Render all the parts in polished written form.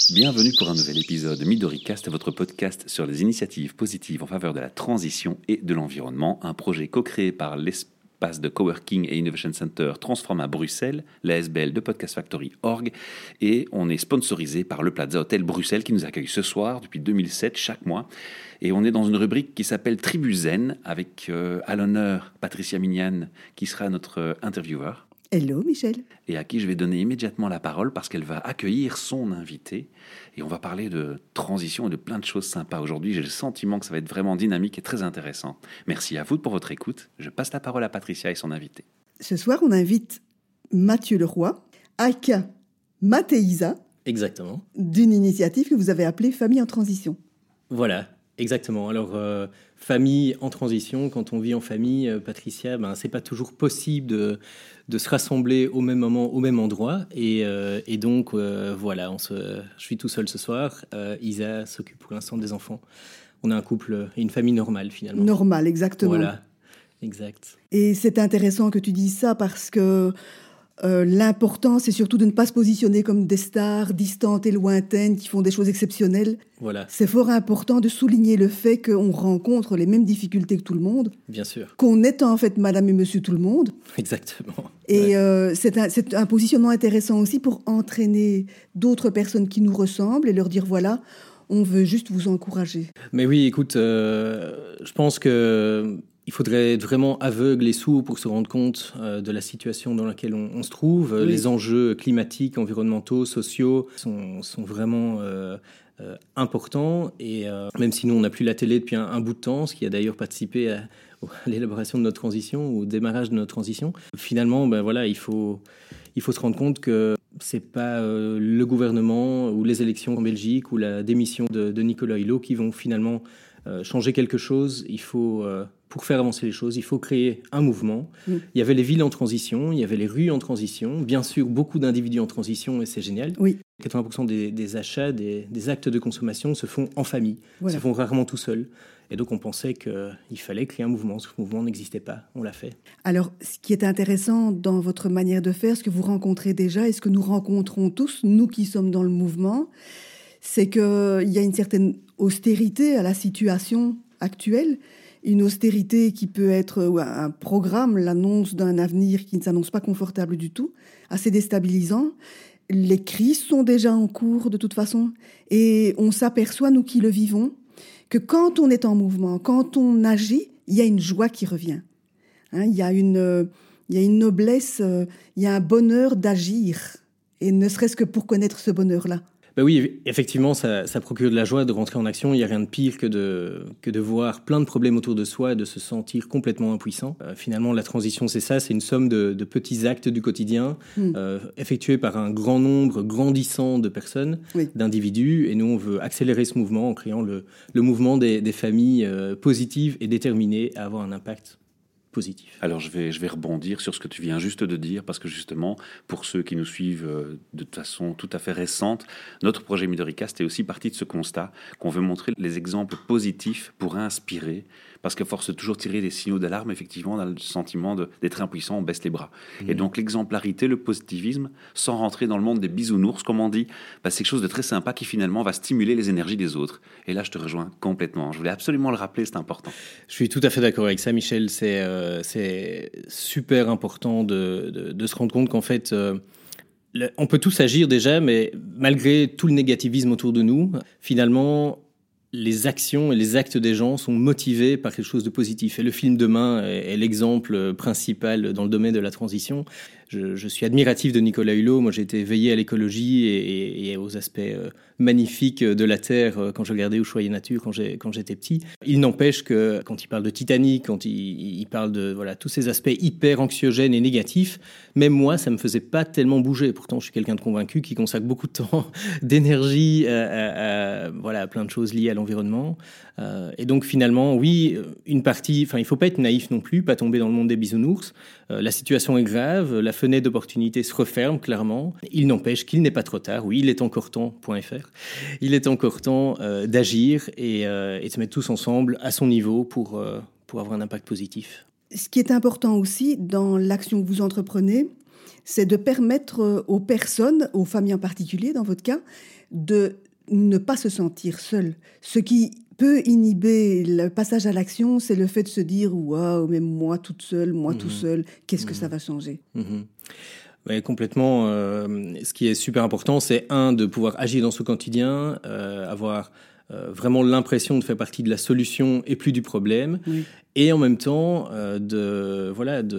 Bienvenue pour un nouvel épisode MidoriCast, votre podcast sur les initiatives positives en faveur de la transition et de l'environnement, un projet co-créé par l'espace de Coworking et Innovation Center Transform à Bruxelles, la SBL de Podcast Factory Org, et on est sponsorisé par le Plaza Hotel Bruxelles qui nous accueille ce soir depuis 2007 chaque mois. Et on est dans une rubrique qui s'appelle Tribu Zen avec à l'honneur Patricia Mignan qui sera notre intervieweur. Hello Michel. Et à qui je vais donner immédiatement la parole parce qu'elle va accueillir son invité. Et on va parler de transition et de plein de choses sympas. Aujourd'hui, j'ai le sentiment que ça va être vraiment dynamique et très intéressant. Merci à vous pour votre écoute. Je passe la parole à Patricia et son invité. Ce soir, on invite Mathieu Leroy, aka Mathéisa. Exactement. D'une initiative que vous avez appelée Famille en transition. Voilà, exactement. Alors, famille en transition, quand on vit en famille, Patricia, c'est pas toujours possible de se rassembler au même moment, au même endroit. Et donc, voilà, je suis tout seul ce soir. Isa s'occupe pour l'instant des enfants. On a un couple et une famille normale, finalement. Normale, exactement. Voilà, exact. Et c'est intéressant que tu dises ça parce que l'important, c'est surtout de ne pas se positionner comme des stars distantes et lointaines qui font des choses exceptionnelles. Voilà. C'est fort important de souligner le fait qu'on rencontre les mêmes difficultés que tout le monde. Bien sûr. Qu'on est en fait madame et monsieur tout le monde. Exactement. Et c'est un positionnement intéressant aussi pour entraîner d'autres personnes qui nous ressemblent et leur dire voilà, on veut juste vous encourager. Mais oui, écoute, je pense que il faudrait être vraiment aveugle et sourd pour se rendre compte de la situation dans laquelle on se trouve. Oui. Les enjeux climatiques, environnementaux, sociaux sont vraiment importants. Et même si nous, on n'a plus la télé depuis un bout de temps, ce qui a d'ailleurs participé à l'élaboration de notre transition, au démarrage de notre transition, finalement, voilà, il faut se rendre compte que c'est pas le gouvernement ou les élections en Belgique ou la démission de Nicolas Hulot qui vont finalement changer quelque chose. Il faut... Pour faire avancer les choses, il faut créer un mouvement. Il y avait les villes en transition, il y avait les rues en transition, bien sûr beaucoup d'individus en transition et c'est génial. Oui. 80% des achats, des actes de consommation se font en famille, voilà. Se font rarement tout seuls. Et donc on pensait qu'il fallait créer un mouvement. Ce mouvement n'existait pas, on l'a fait. Alors ce qui est intéressant dans votre manière de faire, ce que vous rencontrez déjà et ce que nous rencontrons tous, nous qui sommes dans le mouvement, c'est qu'il y a une certaine austérité à la situation actuelle. Une austérité qui peut être un programme, l'annonce d'un avenir qui ne s'annonce pas confortable du tout, assez déstabilisant. Les crises sont déjà en cours de toute façon et on s'aperçoit, nous qui le vivons, que quand on est en mouvement, quand on agit, il y a une joie qui revient. Il y a une noblesse, il y a un bonheur d'agir et ne serait-ce que pour connaître ce bonheur-là. Ben oui, effectivement, ça procure de la joie de rentrer en action. Il n'y a rien de pire que de voir plein de problèmes autour de soi et de se sentir complètement impuissant. Finalement, la transition, c'est ça, c'est une somme de petits actes du quotidien effectués par un grand nombre grandissant de personnes, d'individus. Et nous, on veut accélérer ce mouvement en créant le mouvement des familles positives et déterminées à avoir un impact positif. Alors je vais rebondir sur ce que tu viens juste de dire parce que justement pour ceux qui nous suivent de façon tout à fait récente, notre projet MidoriCast est aussi parti de ce constat qu'on veut montrer les exemples positifs pour inspirer parce qu'à force de toujours tirer des signaux d'alarme, effectivement on a le sentiment d'être impuissant, on baisse les bras. Et donc l'exemplarité, le positivisme, sans rentrer dans le monde des bisounours comme on dit, c'est quelque chose de très sympa qui finalement va stimuler les énergies des autres. Et là je te rejoins complètement, je voulais absolument le rappeler, c'est important. Je suis tout à fait d'accord avec ça Michel, c'est super important de se rendre compte qu'en fait, on peut tous agir déjà, mais malgré tout le négativisme autour de nous, finalement, les actions et les actes des gens sont motivés par quelque chose de positif. Et le film Demain est l'exemple principal dans le domaine de la transition. Je suis admiratif de Nicolas Hulot. Moi, j'ai été éveillé à l'écologie et aux aspects magnifiques de la Terre quand je regardais Ushuaïa Nature quand j'étais petit. Il n'empêche que quand il parle de Titanic, quand il parle de tous ces aspects hyper anxiogènes et négatifs, même moi, ça me faisait pas tellement bouger. Pourtant, je suis quelqu'un de convaincu qui consacre beaucoup de temps, d'énergie à plein de choses liées à l'environnement. Et donc finalement, oui, une partie. Il faut pas être naïf non plus, pas tomber dans le monde des bisounours. La situation est grave, la fenêtre d'opportunité se referme clairement. Il n'empêche qu'il n'est pas trop tard. Oui, il est encore temps.fr. Il est encore temps d'agir et de se mettre tous ensemble à son niveau pour avoir un impact positif. Ce qui est important aussi dans l'action que vous entreprenez, c'est de permettre aux personnes, aux familles en particulier, dans votre cas, de ne pas se sentir seules. Ce qui peut inhiber le passage à l'action, c'est le fait de se dire « Waouh, mais moi toute seule, moi tout seul, qu'est-ce que ça va changer ?» Ouais, complètement. Ce qui est super important, c'est de pouvoir agir dans ce quotidien, avoir vraiment l'impression de faire partie de la solution et plus du problème, et en même temps de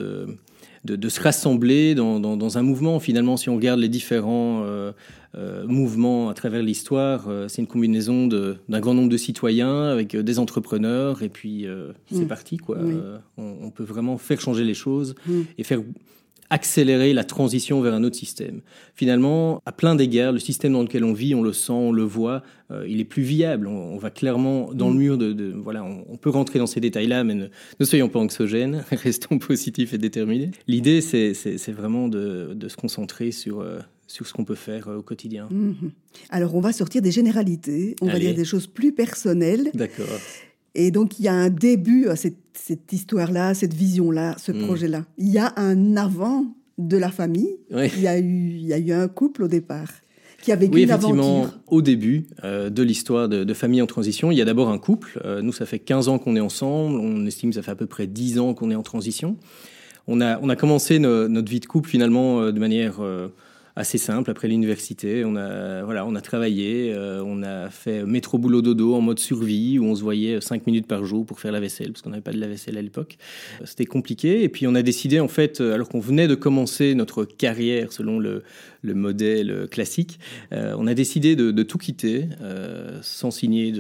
se rassembler dans un mouvement. Finalement, si on regarde les différents mouvements à travers l'histoire, c'est une combinaison d'un grand nombre de citoyens avec des entrepreneurs, et puis c'est parti, quoi. On peut vraiment faire changer les choses et faire accélérer la transition vers un autre système. Finalement, à plein d'égards, le système dans lequel on vit, on le sent, on le voit, il est plus viable. On va clairement dans le mur voilà, on peut rentrer dans ces détails-là, mais ne soyons pas anxiogènes, restons positifs et déterminés. L'idée, c'est vraiment de se concentrer sur ce qu'on peut faire au quotidien. Alors, on va sortir des généralités, on va dire des choses plus personnelles. D'accord. Et donc, il y a un début à cette histoire-là, cette vision-là, ce projet-là. Il y a un avant de la famille. Oui. Il y a eu un couple au départ qui a vécu une aventure. Effectivement, au début de l'histoire de famille en transition, il y a d'abord un couple. Nous, ça fait 15 ans qu'on est ensemble. On estime que ça fait à peu près 10 ans qu'on est en transition. On a commencé notre vie de couple, finalement, de manière assez simple. Après l'université, on a travaillé, on a fait métro boulot dodo en mode survie, où on se voyait 5 minutes par jour pour faire la vaisselle, parce qu'on n'avait pas de lave-vaisselle à l'époque. C'était compliqué. Et puis on a décidé, en fait, alors qu'on venait de commencer notre carrière selon le modèle classique, on a décidé de tout quitter, sans signer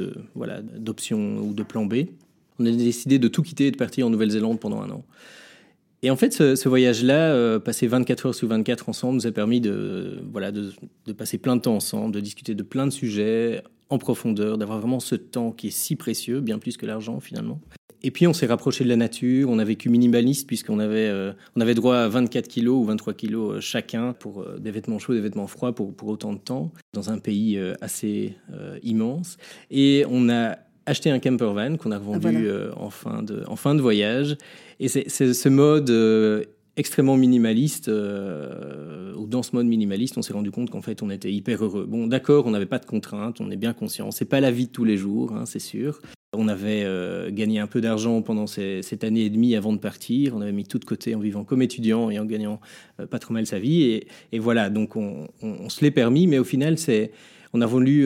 d'option ou de plan B. On a décidé de tout quitter et de partir en Nouvelle-Zélande pendant 1 an. Et en fait, ce voyage-là, passer 24 heures sur 24 ensemble, nous a permis de passer plein de temps ensemble, de discuter de plein de sujets en profondeur, d'avoir vraiment ce temps qui est si précieux, bien plus que l'argent finalement. Et puis on s'est rapproché de la nature, on a vécu minimaliste puisqu'on avait droit à 24 kilos ou 23 kilos chacun pour des vêtements chauds, des vêtements froids pour autant de temps, dans un pays assez immense. Et on a acheté un camper van qu'on a revendu en fin de voyage. Et c'est ce mode extrêmement minimaliste, ou dans ce mode minimaliste, on s'est rendu compte qu'en fait, on était hyper heureux. Bon, d'accord, on n'avait pas de contraintes, on est bien conscient. C'est pas la vie de tous les jours, hein, c'est sûr. On avait gagné un peu d'argent pendant cette année et demie avant de partir. On avait mis tout de côté en vivant comme étudiant et en gagnant pas trop mal sa vie. Et voilà, donc on se l'est permis, mais au final, on a voulu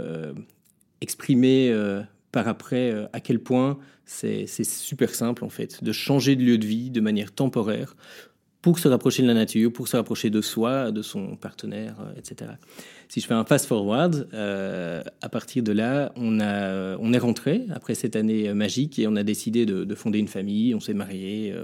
exprimer par après à quel point c'est super simple en fait de changer de lieu de vie de manière temporaire pour se rapprocher de la nature, pour se rapprocher de soi, de son partenaire, etc. Si je fais un fast-forward, à partir de là, on est rentré après cette année magique et on a décidé de fonder une famille. On s'est mariés,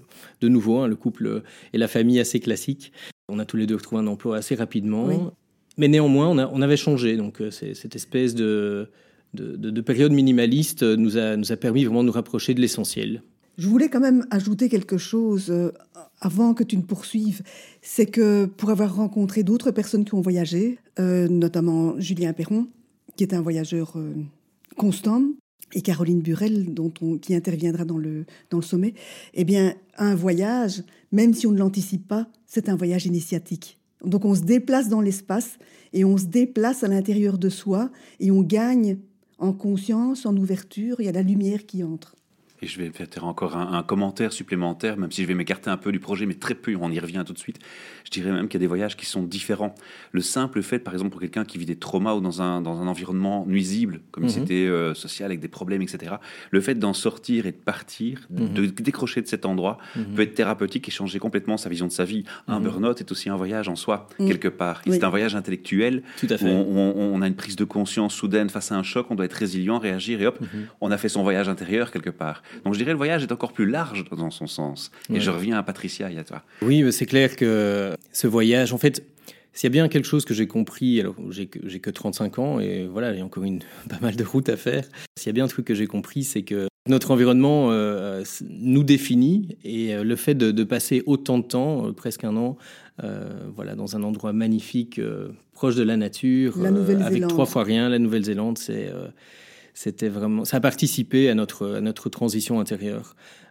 de nouveau, le couple et la famille assez classique. On a tous les deux retrouvé un emploi assez rapidement, oui. Mais néanmoins, on avait changé. Donc cette espèce de période minimaliste nous a permis vraiment de nous rapprocher de l'essentiel. Je voulais quand même ajouter quelque chose avant que tu ne poursuives. C'est que pour avoir rencontré d'autres personnes qui ont voyagé, notamment Julien Perron, qui est un voyageur constant, et Caroline Burel, qui interviendra dans le sommet, eh bien, un voyage, même si on ne l'anticipe pas, c'est un voyage initiatique. Donc on se déplace dans l'espace et on se déplace à l'intérieur de soi et on gagne en conscience, en ouverture, il y a la lumière qui entre. Et je vais faire encore un commentaire supplémentaire, même si je vais m'écarter un peu du projet, mais très peu, on y revient tout de suite. Je dirais même qu'il y a des voyages qui sont différents. Le simple fait, par exemple, pour quelqu'un qui vit des traumas ou dans un environnement nuisible, comme une cité sociale avec des problèmes, etc., le fait d'en sortir et de partir, de décrocher de cet endroit, peut être thérapeutique et changer complètement sa vision de sa vie. Un burn-out est aussi un voyage en soi, quelque part. Et c'est un voyage intellectuel. Tout à fait. On a une prise de conscience soudaine face à un choc, on doit être résilient, réagir, et hop, on a fait son voyage intérieur quelque part. Donc je dirais le voyage est encore plus large dans son sens. Et je reviens à Patricia et à toi. Oui, mais c'est clair que ce voyage, en fait, s'il y a bien quelque chose que j'ai compris, alors j'ai que 35 ans et voilà, il y a encore pas mal de route à faire. S'il y a bien un truc que j'ai compris, c'est que notre environnement nous définit et le fait de passer autant de temps, presque 1 an, dans un endroit magnifique, proche de la nature, avec 3 fois rien, la Nouvelle-Zélande, c'était vraiment, ça a participé à notre transition intérieure.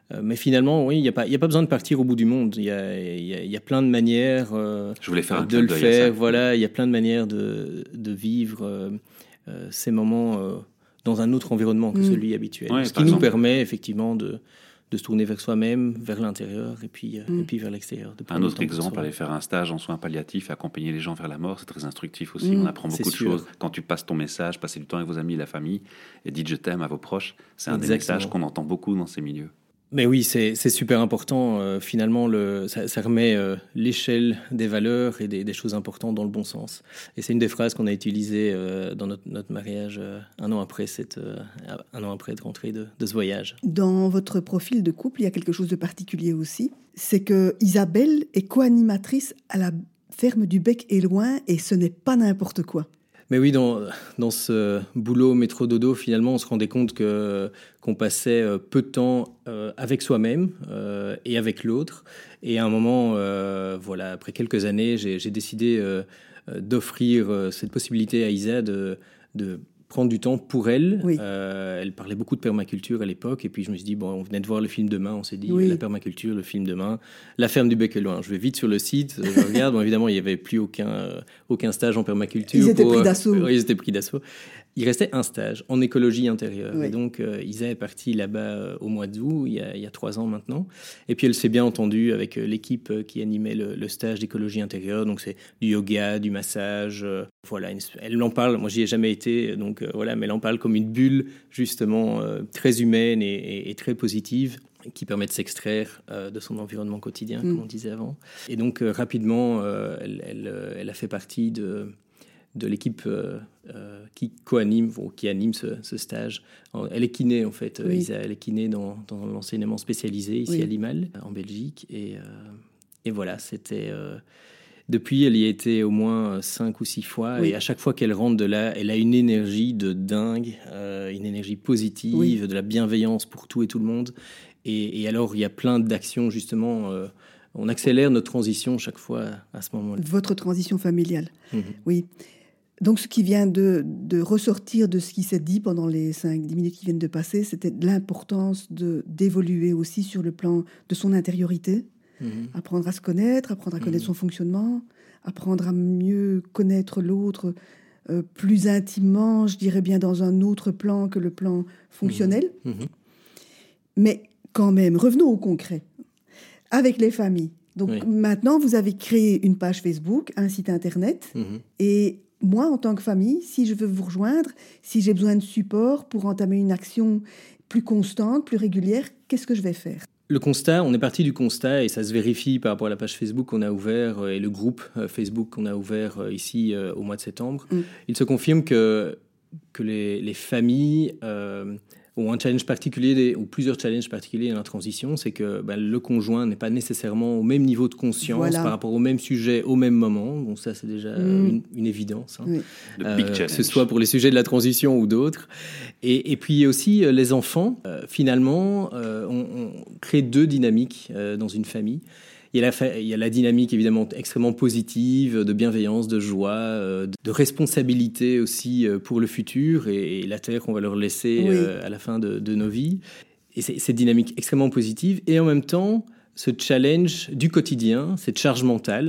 Mais finalement, oui, il n'y a pas besoin de partir au bout du monde. Il y a plein de manières Je voulais faire un de le clin d'œil à faire. ça. Voilà, il y a plein de manières de vivre ces moments dans un autre environnement que celui habituel. Ouais, Ce par qui nous exemple. permet effectivement de se tourner vers soi-même, vers l'intérieur et puis vers l'extérieur. de Un prendre le autre temps pour exemple, soi. aller faire un stage en soins palliatifs, accompagner les gens vers la mort, c'est très instructif aussi. On apprend C'est beaucoup de sûr. choses. Quand tu passes ton message, passer du temps avec vos amis et la famille, et dites je t'aime à vos proches, c'est un des Exactement. messages qu'on entend beaucoup dans ces milieux. Mais oui, c'est super important. Finalement, ça remet l'échelle des valeurs et des choses importantes dans le bon sens. Et c'est une des phrases qu'on a utilisées dans notre mariage un an après être rentré de ce voyage. Dans votre profil de couple, il y a quelque chose de particulier aussi. C'est que Isabelle est co-animatrice à la ferme du Bec et Loin, et ce n'est pas n'importe quoi. Mais oui, dans ce boulot métro-dodo, finalement, on se rendait compte qu'on passait peu de temps avec soi-même et avec l'autre. Et à un moment, voilà, après quelques années, j'ai décidé d'offrir cette possibilité à Isa de prendre du temps pour elle. Oui. Elle parlait beaucoup de permaculture à l'époque, et puis je me suis dit, bon, on venait de voir le film Demain, on s'est dit, Oui. la permaculture, le film Demain, la ferme du Bec et Loin. Je vais vite sur le site, je regarde, bon, évidemment, il n'y avait plus aucun stage en permaculture. Ils étaient pris d'assaut. Oui, ils étaient pris d'assaut. Il restait un stage en écologie intérieure. Oui. Et donc, Isa est partie là-bas au mois d'août, il y a 3 ans maintenant. Et puis, elle s'est bien entendue avec l'équipe qui animait le stage d'écologie intérieure. Donc, c'est du yoga, du massage. Voilà, elle en parle. Moi, j'y ai jamais été. Donc, voilà, mais elle en parle comme une bulle, justement, très humaine et très positive, qui permet de s'extraire de son environnement quotidien, comme on disait avant. Et donc, rapidement, elle a fait partie de l'équipe qui co-anime, qui anime ce stage. Elle est kiné, en fait. Oui. Isa, elle est kiné dans l'enseignement spécialisé ici Oui. à Limal, en Belgique. Et voilà, c'était... Depuis, elle y a été au moins 5 ou 6 fois. Oui. Et à chaque fois qu'elle rentre de là, elle a une énergie de dingue, une énergie positive, Oui. de la bienveillance pour tout et tout le monde. Et alors, il y a plein d'actions, justement... on accélère notre transition chaque fois à ce moment-là. Votre transition familiale. Mhm. Oui. Donc, ce qui vient de ressortir de ce qui s'est dit pendant les 5-10 minutes qui viennent de passer, c'était l'importance d'évoluer aussi sur le plan de son intériorité, apprendre à se connaître, apprendre à connaître son fonctionnement, apprendre à mieux connaître l'autre plus intimement, je dirais bien dans un autre plan que le plan fonctionnel. Mais quand même, revenons au concret, avec les familles. Donc Oui. maintenant, vous avez créé une page Facebook, un site Internet, et moi, en tant que famille, si je veux vous rejoindre, si j'ai besoin de support pour entamer une action plus constante, plus régulière, qu'est-ce que je vais faire ? Le constat, on est parti du constat, et ça se vérifie par rapport à la page Facebook qu'on a ouvert et le groupe Facebook qu'on a ouvert ici au mois de septembre. Il se confirme que les familles ont un challenge particulier, ou plusieurs challenges particuliers dans la transition. C'est que le conjoint n'est pas nécessairement au même niveau de conscience Voilà. par rapport au même sujet au même moment. Bon, ça, c'est déjà une évidence. Hein. Oui. Le big Que challenge. ce soit pour les sujets de la transition ou d'autres. Et puis aussi les enfants, finalement, on crée 2 dynamiques dans une famille. Il y a la dynamique évidemment extrêmement positive, de bienveillance, de joie, de responsabilité aussi pour le futur et la terre qu'on va leur laisser Oui. à la fin de nos vies. Et c'est cette dynamique extrêmement positive. Et en même temps, ce challenge du quotidien, cette charge mentale,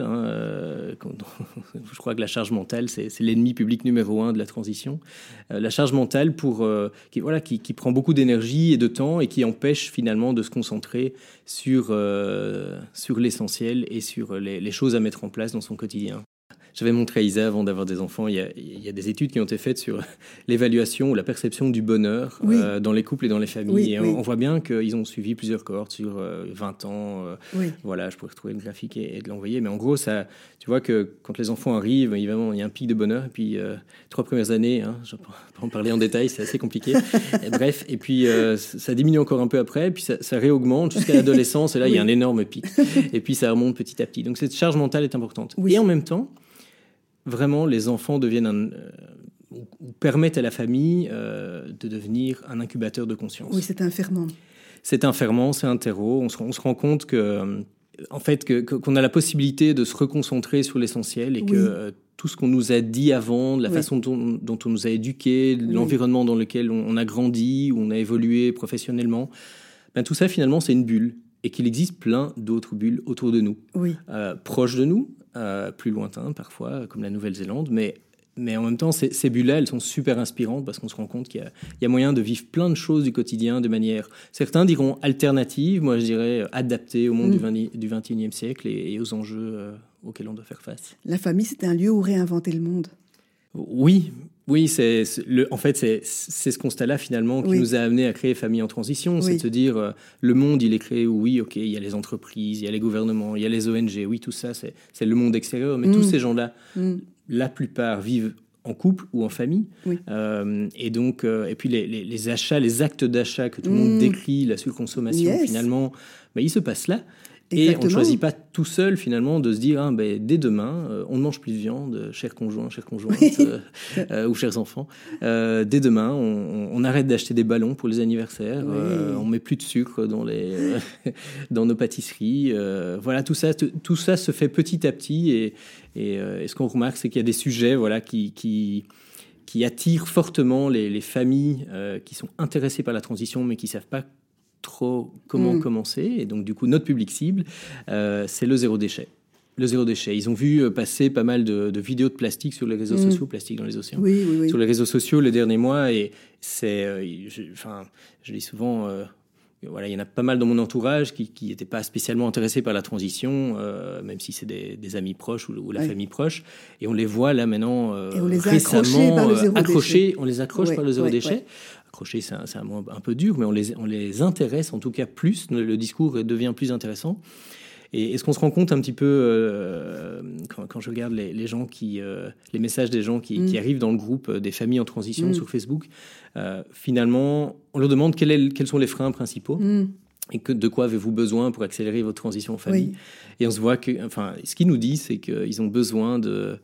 je crois que la charge mentale, c'est l'ennemi public numéro 1 de la transition. La charge mentale qui prend beaucoup d'énergie et de temps et qui empêche finalement de se concentrer sur l'essentiel et sur les choses à mettre en place dans son quotidien. J'avais montré à Isa avant d'avoir des enfants, il y a des études qui ont été faites sur l'évaluation ou la perception du bonheur Oui. Dans les couples et dans les familles. Oui, et oui. on voit bien qu'ils ont suivi plusieurs cohortes sur 20 ans. Oui. Voilà, je pourrais retrouver le graphique et de l'envoyer. Mais en gros, ça, tu vois que quand les enfants arrivent, évidemment, il y a un pic de bonheur. Et puis, 3 premières années, je ne vais pas en parler en détail, c'est assez compliqué. Bref, et puis ça diminue encore un peu après. Puis ça réaugmente jusqu'à l'adolescence. Et là, il y a un énorme pic. Et puis, ça remonte petit à petit. Donc, cette charge mentale est importante. Oui. Et en même temps, vraiment, les enfants deviennent ou permettent à la famille de devenir un incubateur de conscience. Oui, c'est un ferment. C'est un ferment, c'est un terreau. On se rend compte que, en fait, qu'on a la possibilité de se reconcentrer sur l'essentiel et que tout ce qu'on nous a dit avant, de la façon dont on nous a éduqués, l'environnement dans lequel on a grandi, où on a évolué professionnellement, tout ça finalement c'est une bulle et qu'il existe plein d'autres bulles autour de nous, proches de nous, plus lointains parfois, comme la Nouvelle-Zélande, mais en même temps, ces bulles-là, elles sont super inspirantes parce qu'on se rend compte qu'il y a moyen de vivre plein de choses du quotidien de manière, certains diront alternative, moi je dirais adaptée au monde du XXIe siècle et aux enjeux auxquels on doit faire face. La famille, c'est un lieu où réinventer le monde. Oui, en fait, c'est ce constat-là finalement qui nous a amené à créer Famille en transition, c'est de se dire le monde il est créé où il y a les entreprises, il y a les gouvernements, il y a les ONG, oui tout ça c'est le monde extérieur, mais tous ces gens-là, la plupart vivent en couple ou en famille, et donc et puis les achats, les actes d'achat que tout le monde décrit, la surconsommation finalement, il se passe là. Exactement. Et on ne choisit pas tout seul, finalement, de se dire dès demain, on ne mange plus de viande, cher conjoint, chère conjointe, ou chers enfants. Dès demain, on arrête d'acheter des ballons pour les anniversaires, on ne met plus de sucre dans nos pâtisseries. Voilà, tout ça se fait petit à petit. Et ce qu'on remarque, c'est qu'il y a des sujets qui attirent fortement les familles qui sont intéressées par la transition, mais qui ne savent pas trop comment commencer. Et donc, du coup, notre public cible, c'est le zéro déchet. Le zéro déchet. Ils ont vu passer pas mal de vidéos de plastique sur les réseaux sociaux, plastique dans les océans. Oui. Sur les réseaux sociaux les derniers mois. Et je dis souvent... il y en a pas mal dans mon entourage qui n'étaient pas spécialement intéressés par la transition, même si c'est des amis proches ou la famille proche. Et on les voit là maintenant et on les récemment accrochés on les accroche par le zéro déchet. Accrocher, c'est un mot un peu dur, mais on les intéresse en tout cas plus. Le discours devient plus intéressant. Et ce qu'on se rend compte un petit peu quand je regarde les gens les messages des gens qui arrivent dans le groupe des familles en transition sur Facebook, finalement, on leur demande quels sont les freins principaux et de quoi avez-vous besoin pour accélérer votre transition en famille. Et on se voit ce qu'ils nous disent, c'est qu'ils ont besoin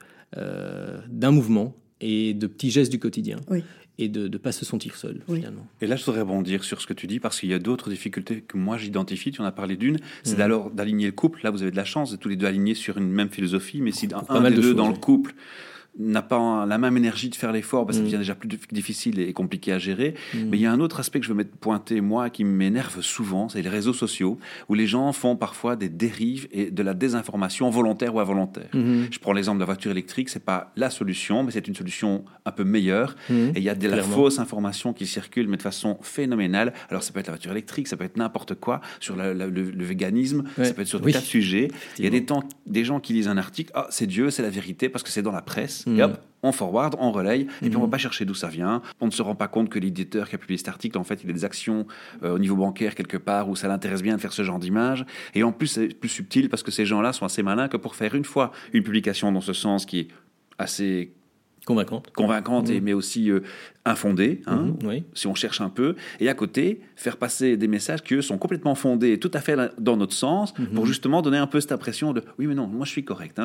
d'un mouvement et de petits gestes du quotidien. Et de ne pas se sentir seul, finalement. Et là, je voudrais rebondir sur ce que tu dis, parce qu'il y a d'autres difficultés que moi j'identifie, tu en as parlé d'une, c'est d'alors d'aligner le couple. Là, vous avez de la chance de tous les deux aligner sur une même philosophie, mais si un des deux dans le couple n'a pas la même énergie de faire l'effort, ça devient déjà plus difficile et compliqué à gérer. Mais il y a un autre aspect que je veux pointer, moi, qui m'énerve souvent, c'est les réseaux sociaux, où les gens font parfois des dérives et de la désinformation volontaire ou involontaire. Je prends l'exemple de la voiture électrique, c'est pas la solution, mais c'est une solution un peu meilleure. Et il y a de la fausse information qui circule, mais de façon phénoménale. Alors, ça peut être la voiture électrique, ça peut être n'importe quoi, sur le véganisme, ça peut être sur des tas de sujets. Il y a des gens qui lisent un article, c'est Dieu, c'est la vérité, parce que c'est dans la presse. Et hop, on forward, on relaye, et puis on ne va pas chercher d'où ça vient. On ne se rend pas compte que l'éditeur qui a publié cet article, en fait, il a des actions au niveau bancaire quelque part où ça l'intéresse bien de faire ce genre d'image. Et en plus, c'est plus subtil parce que ces gens-là sont assez malins que pour faire une fois une publication dans ce sens qui est assez convaincante mais aussi infondée, si on cherche un peu, et à côté, faire passer des messages qui, eux, sont complètement fondés, tout à fait dans notre sens, pour justement donner un peu cette impression de « oui, mais non, moi je suis correct,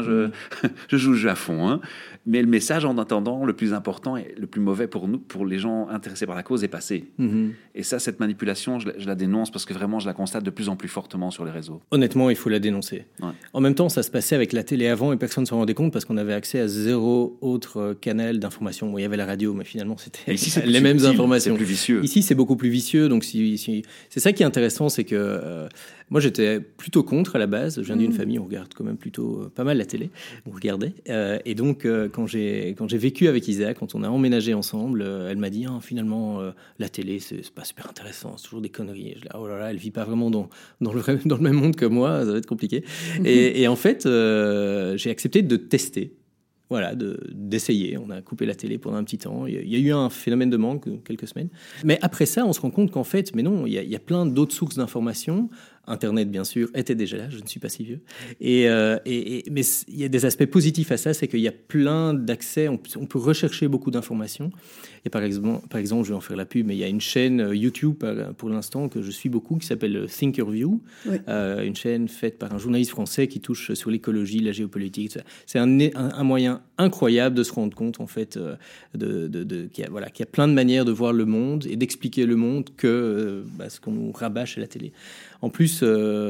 je joue le jeu à fond ». Mais le message, en attendant, le plus important et le plus mauvais pour nous, pour les gens intéressés par la cause, est passé. Et ça, cette manipulation, je la dénonce parce que vraiment, je la constate de plus en plus fortement sur les réseaux. Honnêtement, il faut la dénoncer. En même temps, ça se passait avec la télé avant et personne ne s'en rendait compte parce qu'on avait accès à zéro autre canal d'information. Bon, il y avait la radio, mais finalement, c'était ici, les mêmes informations. C'est plus vicieux. Ici, c'est beaucoup plus vicieux. Donc, c'est ça qui est intéressant, c'est que moi, j'étais plutôt contre à la base. Je viens d'une famille où on regarde quand même plutôt pas mal la télé. On regardait. Et donc, quand j'ai vécu avec Isa, quand on a emménagé ensemble, elle m'a dit finalement, la télé, c'est pas super intéressant. C'est toujours des conneries. Et je dis, oh là là, elle vit pas vraiment dans le même monde que moi. Ça va être compliqué. Et en fait, j'ai accepté de tester. Voilà, d'essayer. On a coupé la télé pendant un petit temps. Il y a eu un phénomène de manque, quelques semaines. Mais après ça, on se rend compte qu'en fait, mais non, il y a plein d'autres sources d'informations. Internet, bien sûr, était déjà là. Je ne suis pas si vieux. Mais il y a des aspects positifs à ça, c'est qu'il y a plein d'accès. On peut rechercher beaucoup d'informations. Et par exemple, je vais en faire la pub, mais il y a une chaîne YouTube pour l'instant que je suis beaucoup qui s'appelle Thinkerview, une chaîne faite par un journaliste français qui touche sur l'écologie, la géopolitique. C'est un moyen incroyable de se rendre compte en fait qu'il y a plein de manières de voir le monde et d'expliquer le monde que ce qu'on nous rabâche à la télé. En plus, plus,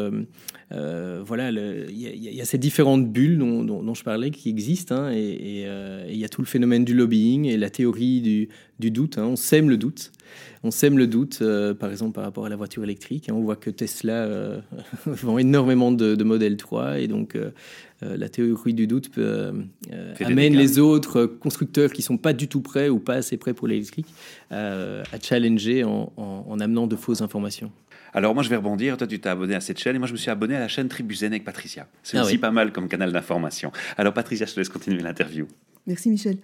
voilà, il y a ces différentes bulles dont je parlais qui existent, hein, et il y a tout le phénomène du lobbying et la théorie du doute. Hein. On sème le doute. Par exemple, par rapport à la voiture électrique. Hein. On voit que Tesla vend énormément de Model 3, et donc la théorie du doute amène les autres constructeurs qui ne sont pas du tout prêts ou pas assez prêts pour l'électrique à challenger en amenant de fausses informations. Alors moi je vais rebondir, toi tu t'es abonné à cette chaîne et moi je me suis abonné à la chaîne Tribuzen avec Patricia. C'est aussi pas mal comme canal d'information. Alors Patricia, je te laisse continuer l'interview. Merci Michel.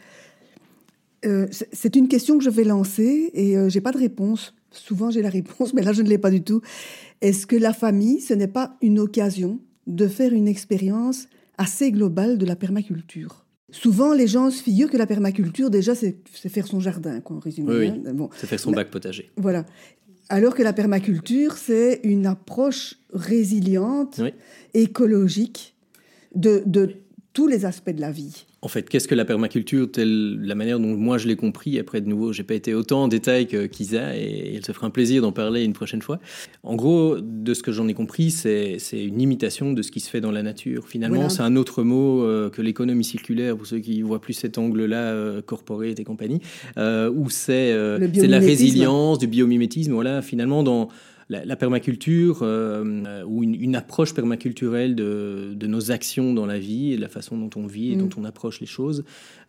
C'est une question que je vais lancer et j'ai pas de réponse. Souvent j'ai la réponse, mais là je ne l'ai pas du tout. Est-ce que la famille, ce n'est pas une occasion de faire une expérience assez globale de la permaculture ? Souvent les gens se figurent que la permaculture déjà c'est faire son jardin, quoi, en résumé. Oui, hein. Bon, c'est faire son bac potager. Voilà. Alors que la permaculture, c'est une approche résiliente, écologique de tous les aspects de la vie. En fait, qu'est-ce que la permaculture, telle la manière dont moi je l'ai compris? Après, de nouveau, j'ai pas été autant en détail qu'Isa, et elle se fera un plaisir d'en parler une prochaine fois. En gros, de ce que j'en ai compris, c'est une imitation de ce qui se fait dans la nature. Finalement, voilà. C'est un autre mot que l'économie circulaire, pour ceux qui voient plus cet angle-là, corporate et compagnie, où c'est la résilience, du biomimétisme. Voilà, finalement, dans la permaculture ou une approche permaculturelle de nos actions dans la vie et de la façon dont on vit et dont on approche les choses,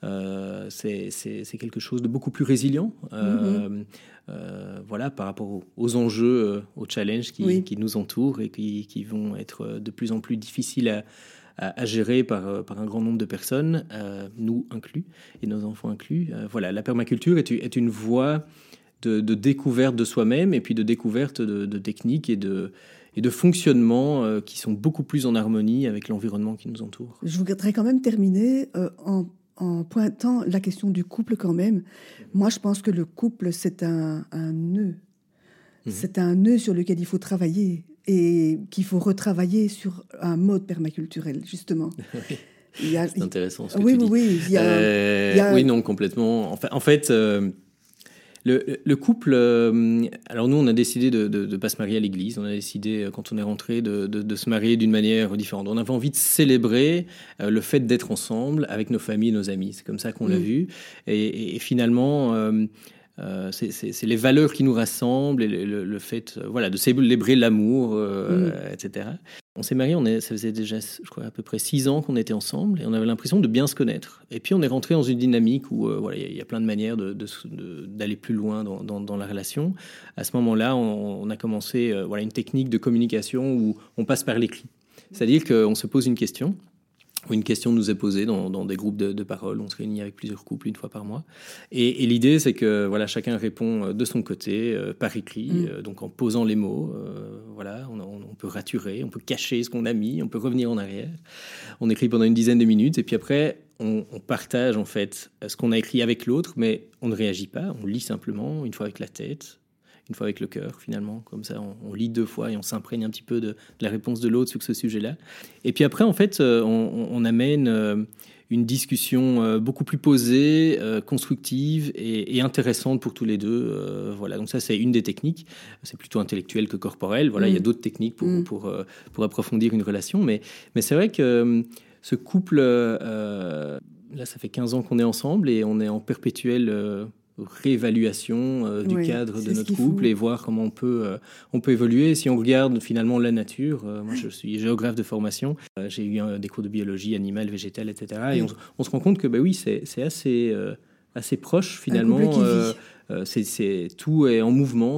c'est quelque chose de beaucoup plus résilient voilà, par rapport aux enjeux, aux challenges qui nous entourent et qui vont être de plus en plus difficiles à gérer par un grand nombre de personnes, nous inclus et nos enfants inclus. Voilà, la permaculture est une voie de découverte de soi-même et puis de découverte de techniques et de fonctionnements qui sont beaucoup plus en harmonie avec l'environnement qui nous entoure. Je voudrais quand même terminer en pointant la question du couple quand même. Moi, je pense que le couple, c'est un nœud. C'est un nœud sur lequel il faut travailler et qu'il faut retravailler sur un mode permaculturel, justement. C'est intéressant ce que tu dis. Oui, non, complètement. En fait le couple, alors nous on a décidé de pas se marier à l'église, on a décidé quand on est rentré de se marier d'une manière différente. On avait envie de célébrer le fait d'être ensemble avec nos familles et nos amis, c'est comme ça qu'on l'a vu, et finalement c'est les valeurs qui nous rassemblent et le fait de célébrer l'amour, etc. On s'est mariés, ça faisait déjà, je crois, à peu près 6 ans qu'on était ensemble et on avait l'impression de bien se connaître. Et puis on est rentré dans une dynamique où il y a plein de manières d'aller plus loin dans la relation. À ce moment-là, on a commencé une technique de communication où on passe par l'écrit. C'est-à-dire qu'on se pose une question. Une question nous est posée dans des groupes de parole. On se réunit avec plusieurs couples une fois par mois. Et l'idée, c'est que chacun répond de son côté, par écrit, donc en posant les mots. On peut raturer, on peut cacher ce qu'on a mis, on peut revenir en arrière. On écrit pendant une dizaine de minutes et puis après, on partage en fait ce qu'on a écrit avec l'autre, mais on ne réagit pas. On lit simplement, une fois avec la tête, une fois avec le cœur, finalement. Comme ça, on lit 2 fois et on s'imprègne un petit peu de la réponse de l'autre sur ce sujet-là. Et puis après, en fait, on amène une discussion beaucoup plus posée, constructive et intéressante pour tous les deux. Donc ça, c'est une des techniques. C'est plutôt intellectuel que corporel. Il y a d'autres techniques pour approfondir une relation. Mais c'est vrai que ce couple, là, ça fait 15 ans qu'on est ensemble et on est en perpétuelle réévaluation du cadre de notre couple et voir comment on peut évoluer. Si on regarde finalement la nature, moi je suis géographe de formation, j'ai eu des cours de biologie animale, végétale, etc. Et on se rend compte que c'est assez proche finalement. Tout est en mouvement,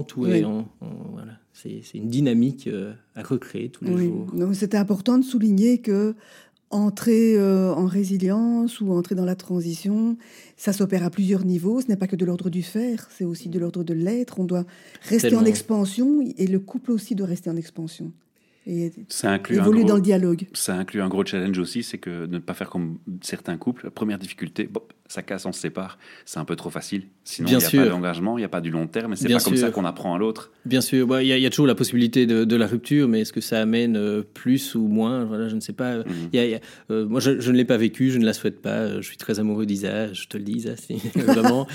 c'est une dynamique à recréer tous les jours. Donc, c'était important de souligner que entrer en résilience ou entrer dans la transition, ça s'opère à plusieurs niveaux. Ce n'est pas que de l'ordre du faire, c'est aussi de l'ordre de l'être. On doit rester en expansion et le couple aussi doit rester en expansion. Et évoluer dans le dialogue. Ça inclut un gros challenge aussi, c'est que de ne pas faire comme certains couples. La première difficulté, ça casse, on se sépare, c'est un peu trop facile. Sinon, Bien il n'y a sûr. pas d'engagement, il n'y a pas du long terme, et c'est Bien pas comme sûr. ça qu'on apprend à l'autre. Bien sûr, il y a toujours la possibilité de la rupture, mais est-ce que ça amène plus ou moins? Voilà, je ne sais pas. Moi, je ne l'ai pas vécu, je ne la souhaite pas. Je suis très amoureux d'Isa, je te le dis, Isa, si, vraiment.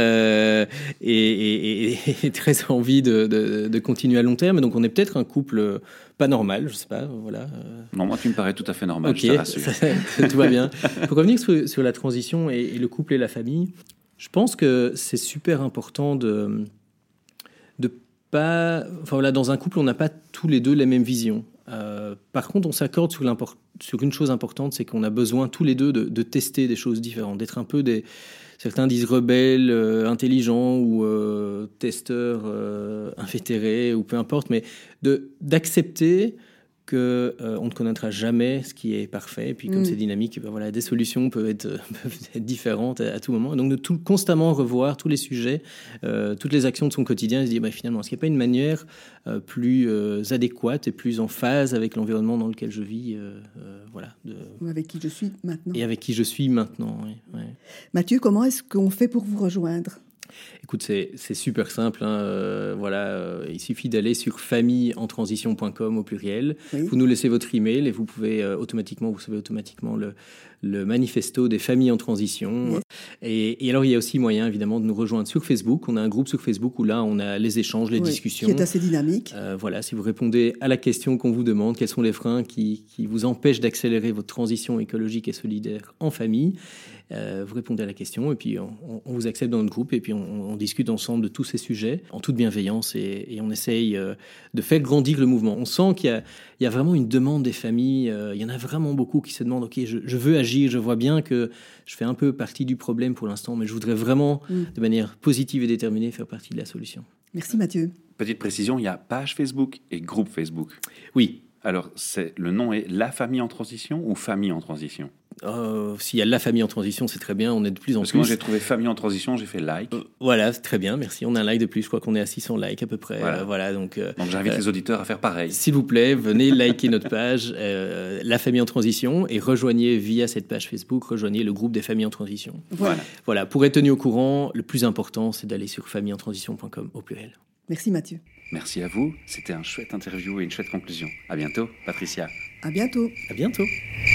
Et très envie de continuer à long terme. Donc, on est peut-être un couple pas normal, je ne sais pas. Voilà. Non, moi, tu me parais tout à fait normal, Ok, je te rassure. tout va bien. Pour revenir sur la transition et le couple et la famille, je pense que c'est super important de pas... Enfin voilà, dans un couple, on n'a pas tous les deux les mêmes visions. Par contre, on s'accorde sur une chose importante, c'est qu'on a besoin tous les deux de tester des choses différentes, d'être un peu des... Certains disent rebelles, intelligents ou testeurs invétérés ou peu importe, mais d'accepter que on ne connaîtra jamais ce qui est parfait. Et puis comme c'est dynamique, ben voilà, des solutions peuvent être différentes à tout moment. Donc de constamment revoir tous les sujets, toutes les actions de son quotidien et se dire finalement, est-ce qu'il n'y a pas une manière plus adéquate et plus en phase avec l'environnement dans lequel je vis, voilà, Ou avec qui je suis maintenant. Et avec qui je suis maintenant. Oui, ouais. Mathieu, comment est-ce qu'on fait pour vous rejoindre ? Écoute, c'est super simple. Voilà, il suffit d'aller sur familleentransition.com au pluriel. Oui. Vous nous laissez votre email et vous pouvez automatiquement, vous savez automatiquement le manifesto des familles en transition. Oui. Et alors, il y a aussi moyen, évidemment, de nous rejoindre sur Facebook. On a un groupe sur Facebook où là, on a les échanges, les discussions. Qui est assez dynamique. Voilà, si vous répondez à la question qu'on vous demande, quels sont les freins qui vous empêchent d'accélérer votre transition écologique et solidaire en famille, vous répondez à la question et puis on vous accepte dans notre groupe et puis on discute ensemble de tous ces sujets en toute bienveillance et on essaye de faire grandir le mouvement. On sent qu'il y a vraiment une demande des familles. Il y en a vraiment beaucoup qui se demandent, ok, je veux agir, je vois bien que je fais un peu partie du problème pour l'instant, mais je voudrais vraiment, de manière positive et déterminée, faire partie de la solution. Merci Mathieu. Petite précision, il y a page Facebook et groupe Facebook. Oui. Alors, le nom est La Famille en Transition ou Famille en Transition ? S'il y a La Famille en Transition, c'est très bien, on est de plus en plus. Parce que moi, j'ai trouvé Famille en Transition, j'ai fait like. Voilà, c'est très bien, merci. On a un like de plus, je crois qu'on est à 600 likes à peu près. Voilà, donc j'invite les auditeurs à faire pareil. S'il vous plaît, venez liker notre page La Famille en Transition et rejoignez via cette page Facebook, rejoignez le groupe des familles en transition. Voilà, pour être tenu au courant, le plus important, c'est d'aller sur familleentransition.com au pluriel. Merci Mathieu. Merci à vous, c'était un chouette interview et une chouette conclusion. À bientôt, Patricia. À bientôt. À bientôt.